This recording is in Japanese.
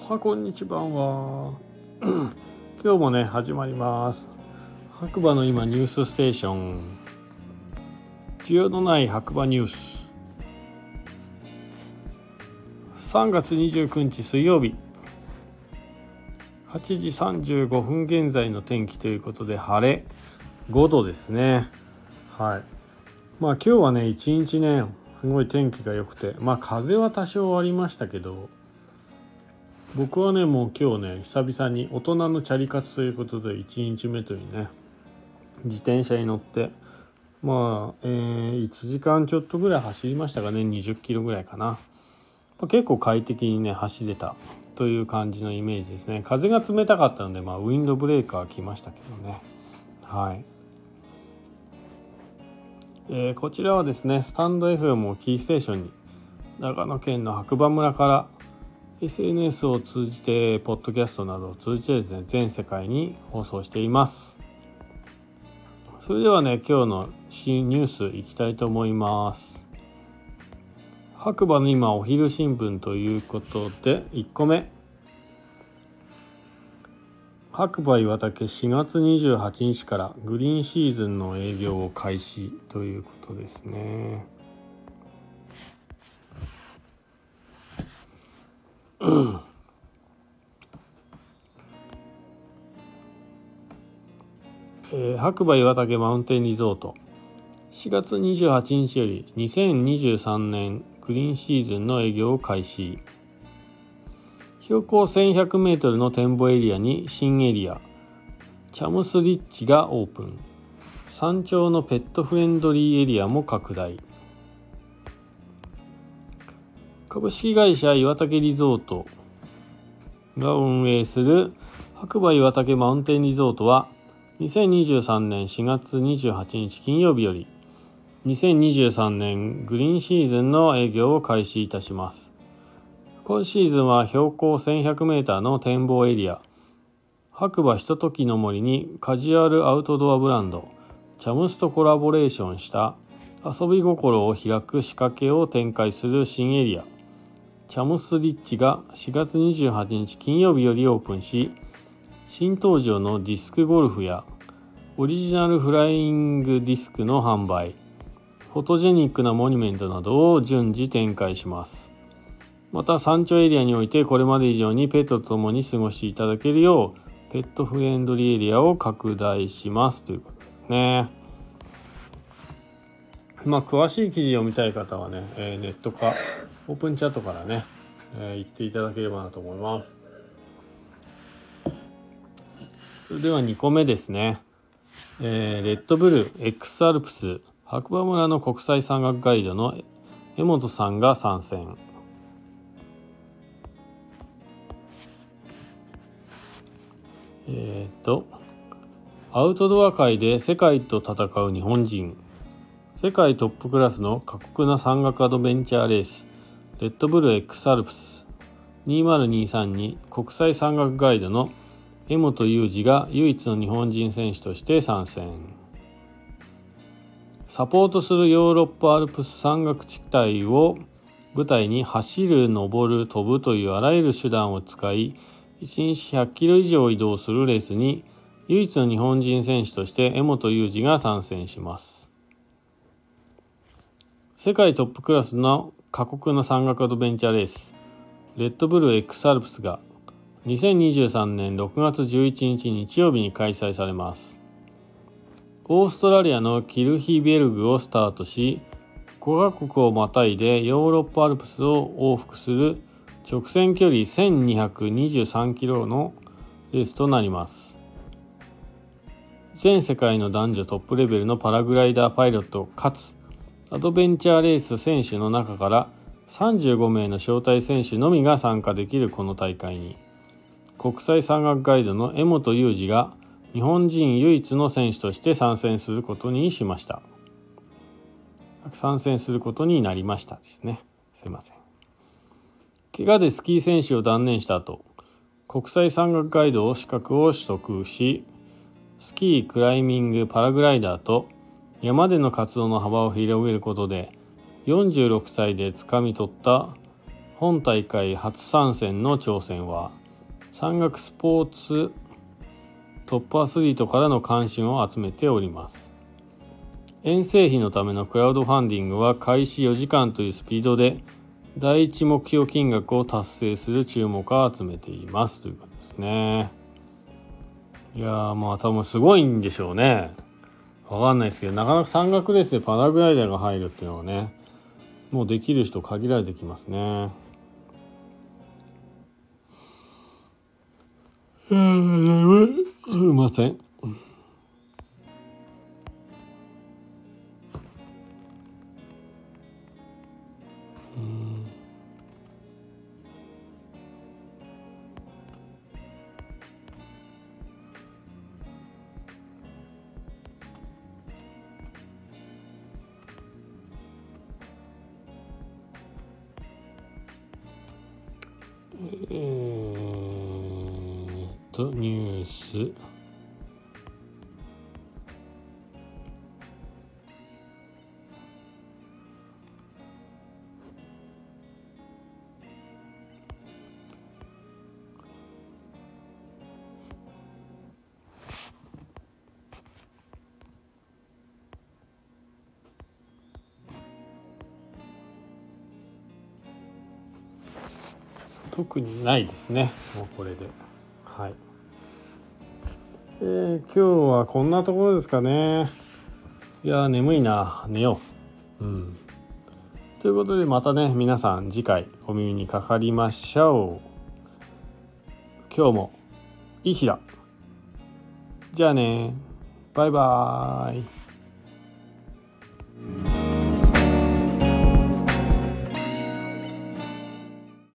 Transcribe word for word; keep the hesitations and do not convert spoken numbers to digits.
はこんにちは今日もね始まります。白馬の今ニュースステーション、需要のない白馬ニュース。さんがつにじゅうくにち水曜日、はちじさんじゅうごふん現在の天気ということで、晴れごどですね。はい。まあ今日はね一日ねすごい天気が良くて、まあ風は多少ありましたけど、僕はねもう今日ね久々に大人のチャリ活ということでいちにちめというね自転車に乗ってまあ、えー、いちじかんちょっとぐらい走りましたかね。にじゅっキロぐらいかな、まあ、結構快適にね走れたという感じのイメージですね。風が冷たかったので、まあ、ウィンドブレーカー来ましたけどね。はい、えー、こちらはですねスタンド エフエム をキーステーションに長野県の白馬村から エスエヌエス を通じてポッドキャストなどを通じてですね全世界に放送しています。それではね今日の新ニュースいきたいと思います。白馬の今お昼新聞ということでいっこめ、白馬岩岳しがつにじゅうはちにちからグリーンシーズンの営業を開始ということですね。えー、白馬岩岳マウンテンリゾートしがつにじゅうはちにちよりにせんにじゅうさんねんグリーンシーズンの営業を開始。標高せんひゃくメートルの展望エリアに新エリアチャムスリッジがオープン。山頂のペットフレンドリーエリアも拡大。株式会社岩岳リゾートが運営する白馬岩岳マウンテンリゾートはにせんにじゅうさんねんしがつにじゅうはちにち金曜日よりにせんにじゅうさんねんグリーンシーズンの営業を開始いたします。今シーズンは標高せんひゃくメートルの展望エリア白馬ひとときの森にカジュアルアウトドアブランドチャムスとコラボレーションした遊び心を開く仕掛けを展開する新エリアチャムスリッジがしがつにじゅうはちにち金曜日よりオープンし、新登場のディスクゴルフやオリジナルフライングディスクの販売、フォトジェニックなモニュメントなどを順次展開します。また山頂エリアにおいてこれまで以上にペットと共に過ごしいただけるようペットフレンドリーエリアを拡大しますということですね。まあ詳しい記事を見たい方はね、えー、ネットかオープンチャットからね、えー、言っていただければなと思います。それではにこめですね、えー、レッドブル X アルプス白馬村の国際山岳ガイドの江本さんが参戦。えーとアウトドア界で世界と戦う日本人、世界トップクラスの過酷な山岳アドベンチャーレースレッドブル X アルプスにせんにじゅうさんに国際山岳ガイドの江本裕二が唯一の日本人選手として参戦。サポートするヨーロッパアルプス山岳地帯を舞台に走る、登る、飛ぶというあらゆる手段を使いいちにちひゃっキロ以上移動するレースに唯一の日本人選手として江本裕二が参戦します。世界トップクラスの過酷な山岳アドベンチャーレースレッドブル X アルプスがにせんにじゅうさんねんろくがつじゅういちにち日曜日に開催されます。オーストラリアのキルヒベルグをスタートしごかこくをまたいでヨーロッパアルプスを往復する直線距離せんにひゃくにじゅうさんキロのレースとなります。全世界の男女トップレベルのパラグライダーパイロットかつアドベンチャーレース選手の中からさんじゅうごめいの招待選手のみが参加できるこの大会に国際山岳ガイドの江本裕二が日本人唯一の選手として参戦することにしました参戦することになりましたですね。すいません。怪我でスキー選手を断念した後、国際山岳ガイド資格を取得し、スキー、クライミング、パラグライダーと山での活動の幅を広げることでよんじゅうろくさいで掴み取った本大会初参戦の挑戦は山岳スポーツトップアスリートからの関心を集めております。遠征費のためのクラウドファンディングは開始よじかんというスピードで第一目標金額を達成する注目を集めていますということですね。いやーまあ多分すごいんでしょうね。わかんないですけど、なかなか山岳レースでパラグライダーが入るっていうのはね、もうできる人限られてきますね。うーん、すいません。えーっとニュース特にないですね。もうこれではい、えー、今日はこんなところですかね。いやー眠いな、寝よう。うんということでまたね、皆さん次回お耳にかかりましょう。今日もいい日だ。じゃあね、バイバーイ。